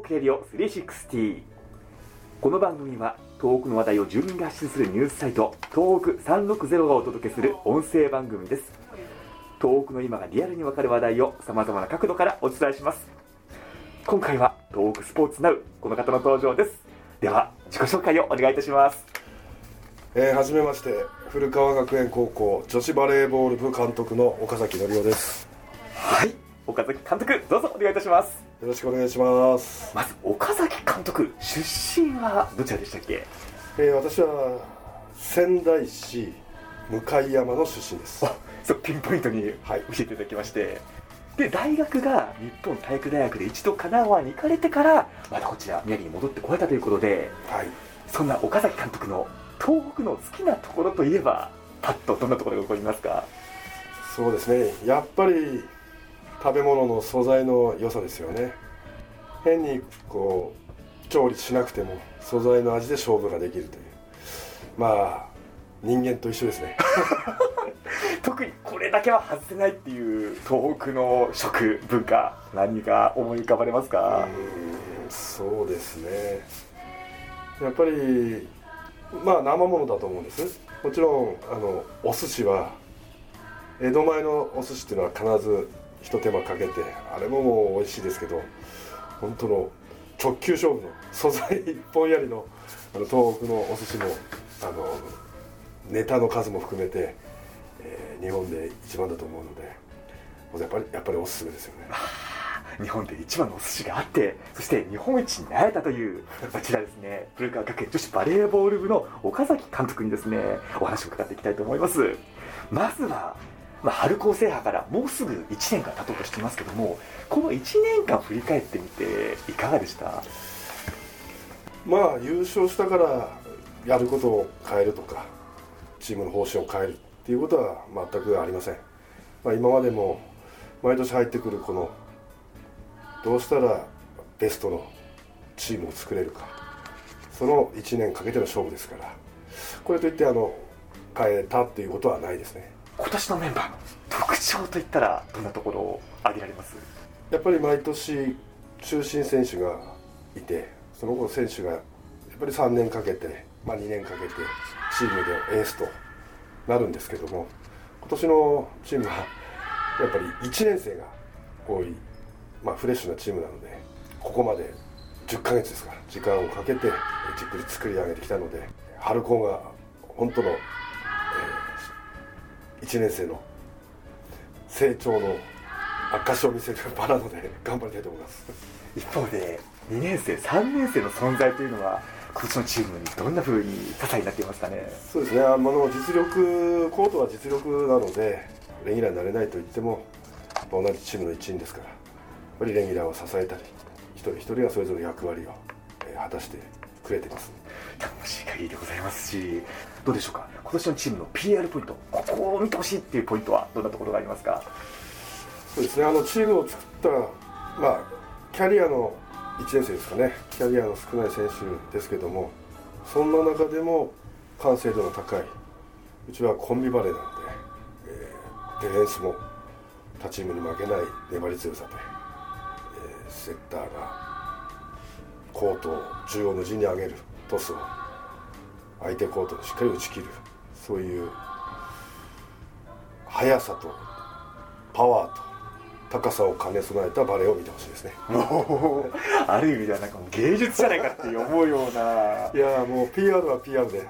北レディオ360。この番組は東北の話題を住民が発信するニュースサイト東北360がお届けする音声番組です。東北の今がリアルにわかる話題をさまざまな角度からお伝えします。今回は東北スポーツナウ、この方の登場です。では自己紹介をお願いいたします。 はじめまして、古川学園高校女子バレーボール部監督の岡崎則夫です。 はい、岡崎監督、どうぞお願いいたします。 よろしくお願いします。 まず岡崎監督、出身はどちらでしたっけ？ 私は仙台市向山の出身です。 そう、ピンポイントに教えていただきまして、で大学が日本体育大学で一度神奈川に行かれてからまたこちら宮城に戻ってこられたということで、 はい、 そんな岡崎監督の東北の好きなところといえばパッとどんなところが起こりますか？ そうですね、やっぱり食べ物の素材の良さですよね。変にこう調理しなくても素材の味で勝負ができるという、まあ人間と一緒ですね。 特にこれだけは外せないっていう東北の食文化、何が思い浮かばれますか？ そうですね、やっぱりまあ生ものだと思うんです。もちろんお寿司は江戸前のお寿司っていうのは必ず一手間かけて、あれももう美味しいですけど、本当の直球勝負の素材一本やりの東北のお寿司もネタの数も含めて、日本で一番だと思うので、やっぱりおすすめですよね。 日本で一番のお寿司があって、そして日本一になれたというこちらですね、古川学園女子バレーボール部の岡崎監督にですね、お話を伺っていきたいと思います。まずは春高制覇からもうすぐ1年間経とうとしていますけども、この1年間振り返ってみていかがでした？ まあ優勝したからやることを変えるとかチームの方針を変えるっていうことは全くありません。今までも毎年入ってくるこのどうしたらベストのチームを作れるか、その1年かけての勝負ですから、これといって変えたっていうことはないですね。 今年のメンバーの特徴といったらどんなところを挙げられます？ やっぱり毎年中心選手がいて、その後選手がやっぱり3年かけて、2年かけてチームでエースとなるんですけども、今年のチームはやっぱり1年生が多い、フレッシュなチームなので、ここまで10ヶ月ですから時間をかけてじっくり作り上げてきたので、春高が本当の、1年生の成長の証を見せる場なので頑張りたいと思います。 一方で2年生3年生の存在というのは今年のチームにどんな風に支えになっていますかね？ そうですね、実力、コートは実力なのでレギュラーになれないと言っても同じチームの一員ですから、やっぱりレギュラーを支えたり一人一人がそれぞれ役割を果たしてくれています。 楽しい限りでございますし、どうでしょうか、今年のチームの PR ポイント、ここを見てほしいっていうポイントはどんなところがありますか？ そうですね、チームを作ったキャリアの1年生ですかね、キャリアの少ない選手ですけども、そんな中でも完成度の高い、うちはコンビバレーなので、ディフェンスも他チームに負けない粘り強さで、セッターがコートを縦横無尽に上げるトスを相手コートにしっかり打ち切る、そういう速さとパワーと高さを兼ね備えたバレーを見てほしいですね。 ある意味ではなんかもう芸術じゃないかって思うような。 いやもう PR は PR でぜ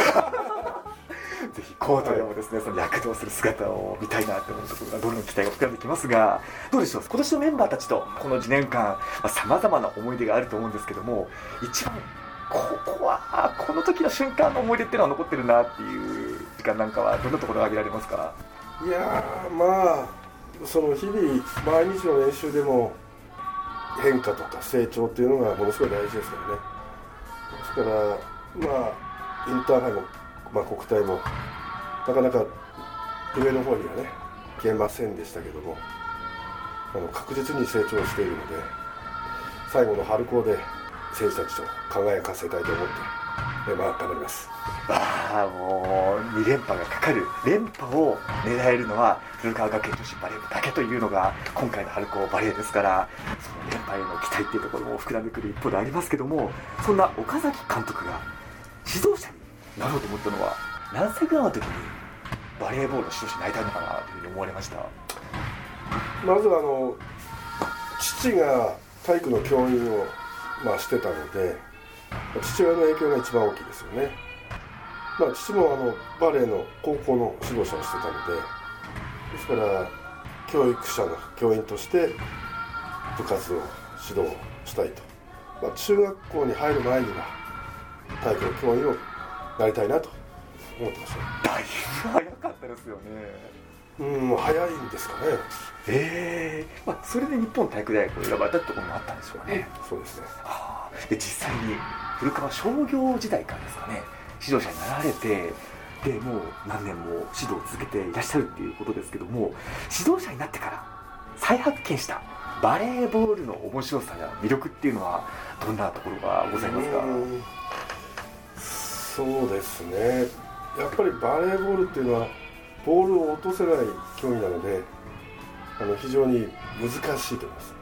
ひコートでもですね、その躍動する姿を見たいなと思うところがどんどん期待が膨らんできますが、どうでしょう、今年のメンバーたちとこの1年間さまざまな思い出があると思うんですけども、一番この時の瞬間の思い出っていうのは残ってるなっていう時間なんかはどんなところが挙げられますか？ いやその日々毎日の練習でも変化とか成長っていうのがものすごい大事ですからね。ですからインターハイも、国体もなかなか上の方にはね行けませんでしたけども、確実に成長しているので、最後の春高で選手たちと輝かせたいと思って頑張ります。 もう2連覇がかかる、連覇を狙えるのは古川学園女子バレー部だけというのが今回の春高バレーですから、その連覇への期待っていうところも膨らんでくる一方でありますけども、そんな岡崎監督が指導者になろうと思ったのは何歳ぐらいの時にバレーボールの指導者になりたいのかなというふうに思われました？ まず父が体育の教員を、してたので、父親の影響が一番大きいですよね。父もバレーの高校の指導者をしてたので、ですから教育者の教員として部活を指導したいと、中学校に入る前には体育の教員をなりたいなと思ってました。 だいぶ早かったですよね。 早いんですかね。 それで日本体育大学を選ばれたところもあったんでしょうね。 そうですね。 で実際に古川商業時代からですかね、指導者になられて、でもう何年も指導を続けていらっしゃるっていうことですけども、指導者になってから再発見したバレーボールの面白さや魅力っていうのはどんなところがございますか？ そうですね、やっぱりバレーボールっていうのはボールを落とせない競技なので、非常に難しいと思います。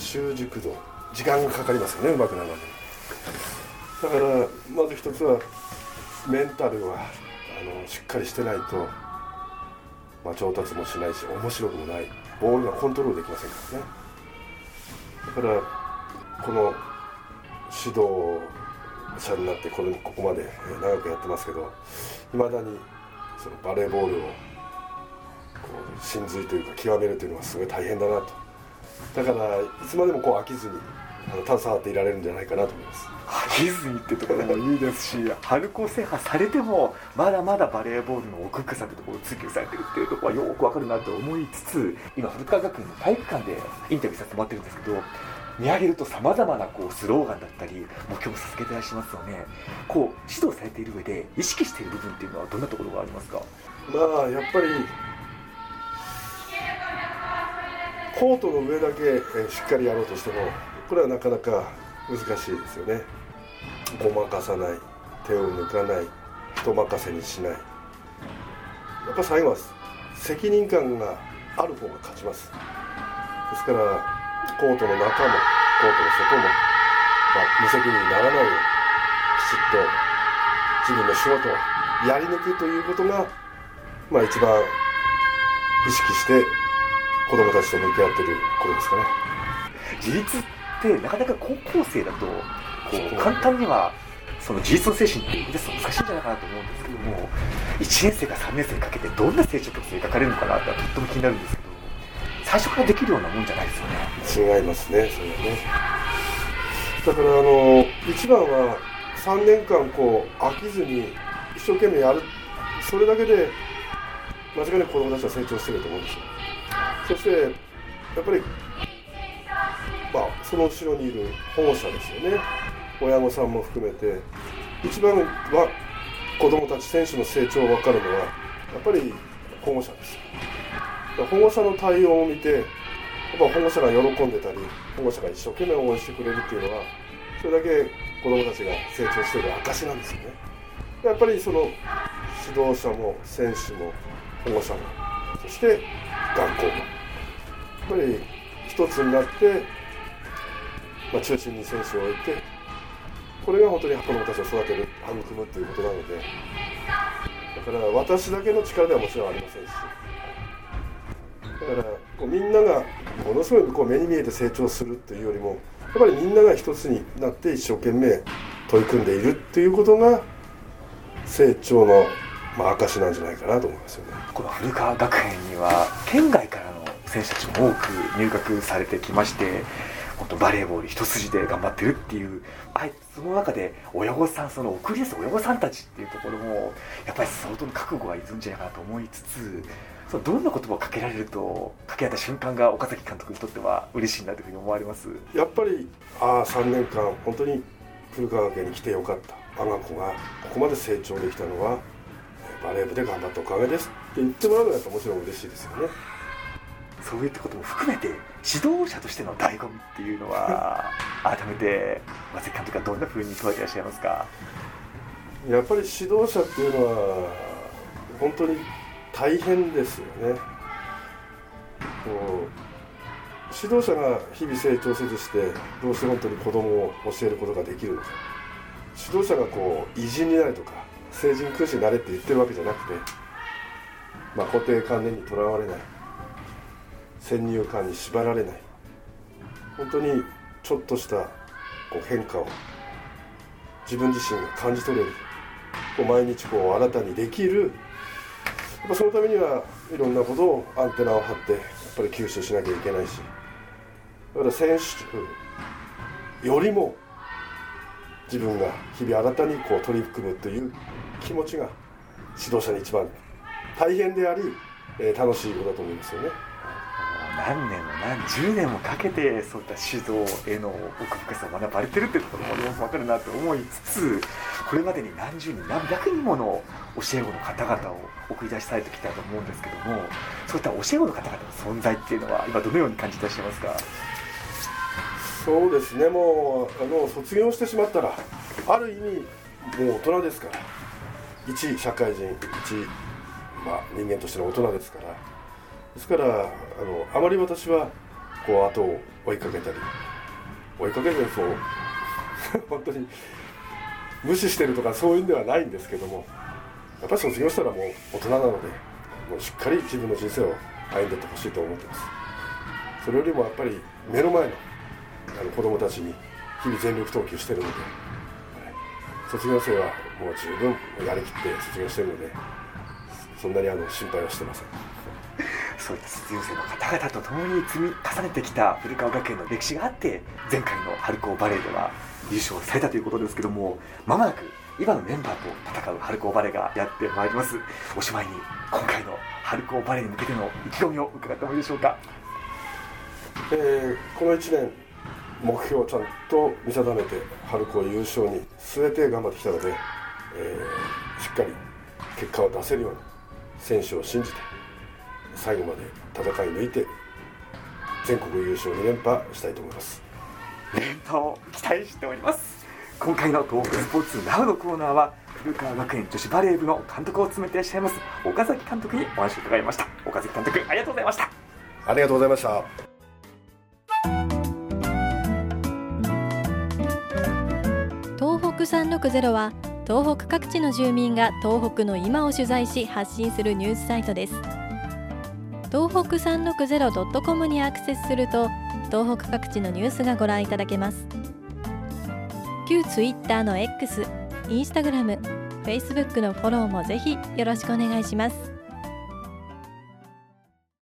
習熟度、時間がかかりますよね、上手くなるまで。だからまず一つはメンタルはしっかりしてないと、上達もしないし面白くもない、ボールがコントロールできませんからね。だからこの指導者になってここまで長くやってますけど、いまだにそのバレーボールを真髄というか極めるというのはすごい大変だなと。だからいつまでも飽きずに携わっていられるんじゃないかなと思います。 飽きずにっていうところもいいですし、春高制覇されてもまだまだバレーボールの奥深さというところを追求されているっていうところはよくわかるなと思いつつ、今古川学院の体育館でインタビューさせてもらってるんですけど、見上げるとさまざまなスローガンだったり目標も授けていらっしゃいますよね。指導されている上で意識している部分っていうのはどんなところがありますか？ やっぱりコートの上だけしっかりやろうとしても、これはなかなか難しいですよね。ごまかさない、手を抜かない、人任せにしない。やっぱ最後は責任感がある方が勝ちます。ですからコートの中もコートの外も、無責任にならないようにきちっと自分の仕事をやり抜くということが、一番意識して子どもたちと向き合っていることですかね。 自立ってなかなか高校生だと簡単にはその自立の精神って生み出すの難しいんじゃないかなと思うんですけども、1年生から3年生にかけてどんな成長曲線が描かれるのかなってとっても気になるんですけど、最初からできるようなもんじゃないですよね。 違いますね、それはね。だから一番は3年間飽きずに一生懸命やる、それだけで間違いなく子どもたちは成長してると思うんですよ。そしてやっぱりその後ろにいる保護者ですよね、親御さんも含めて、一番は子どもたち選手の成長を分かるのはやっぱり保護者です。保護者の対応を見て、保護者が喜んでたり保護者が一生懸命応援してくれるっていうのは、それだけ子どもたちが成長している証なんですよね。やっぱりその指導者も選手も保護者も、そして学校もやっぱり一つになって、中心に選手を置いて、これが本当に子どもたちを育てる、育むっていうことなので、だから私だけの力ではもちろんありませんし、だからみんながものすごい目に見えて成長するっていうよりも、やっぱりみんなが一つになって一生懸命取り組んでいるっていうことが成長の証なんじゃないかなと思いますよね。 この古川学園には県外からの選手たちも多く入学されてきまして、本当バレーボール一筋で頑張ってるっていう、その中で親御さん、その送り出す親御さんたちっていうところもやっぱり相当の覚悟がいるんじゃないかなと思いつつ、どんな言葉をかけられると、かけ合った瞬間が岡崎監督にとっては嬉しいなというふうに思われます？ やっぱり3年間本当に古川家に来てよかった、我が子がここまで成長できたのはバレー部で頑張ったおかげですって言ってもらうのはもちろん嬉しいですよね。 そういったことも含めて指導者としての醍醐味っていうのは改めて岡崎監督はどんなふうに捉えていらっしゃいますか？ やっぱり指導者っていうのは本当に大変ですよね。指導者が日々成長せずしてどうして本当に子供を教えることができるのか。指導者が偉人になれとか聖人君子になれって言ってるわけじゃなくて、固定観念にとらわれない、先入観に縛られない、本当にちょっとした変化を自分自身が感じ取れる、毎日新たにできる。やっぱそのためにはいろんなことをアンテナを張ってやっぱり吸収しなきゃいけないし、だから選手よりも自分が日々新たに取り組むという気持ちが指導者に一番大変であり、楽しいことだと思いますよね。 何年も何十年もかけてそういった指導への奥深さを学ばれてるってところも分かるなと思いつつ、これまでに何十人何百人もの教え子の方々を送り出しされてきたと思うんですけども、そういった教え子の方々の存在っていうのは今どのように感じていらっしゃいますか？ そうですね、もう卒業してしまったらある意味もう大人ですから、一社会人、一、人間としての大人ですから、ですからあまり私は後を追いかけたり本当に無視してるとかそういうんではないんですけども、やっぱり卒業したらもう大人なので、もうしっかり自分の人生を歩んでいってほしいと思ってます。それよりもやっぱり目の前の子どもたちに日々全力投球してるので、卒業生はもう十分やりきって卒業してるので、そんなに心配はしてません。 そういった卒業生の方々と共に積み重ねてきた古川学園の歴史があって、前回の春高バレーでは優勝されたということですけども、まもなく今のメンバーと戦う春高バレーがやってまいります。おしまいに今回の春高バレーに向けての意気込みを伺ってもいいでしょうか？ この1年目標をちゃんと見定めて春高優勝に据えて頑張ってきたので、しっかり結果を出せるように選手を信じて最後まで戦い抜いて全国優勝2連覇したいと思います。 連覇を期待しております。今回の東北スポーツナウのコーナーは古川学園女子バレー部の監督を務めていらっしゃいます岡崎監督にお話を伺いました。岡崎監督、ありがとうございました。 ありがとうございました。 東北360は東北各地の住民が東北の今を取材し発信するニュースサイトです。東北 360.com にアクセスすると東北各地のニュースがご覧いただけます。旧 Twitter の X、Instagram、Facebook のフォローもぜひよろしくお願いします。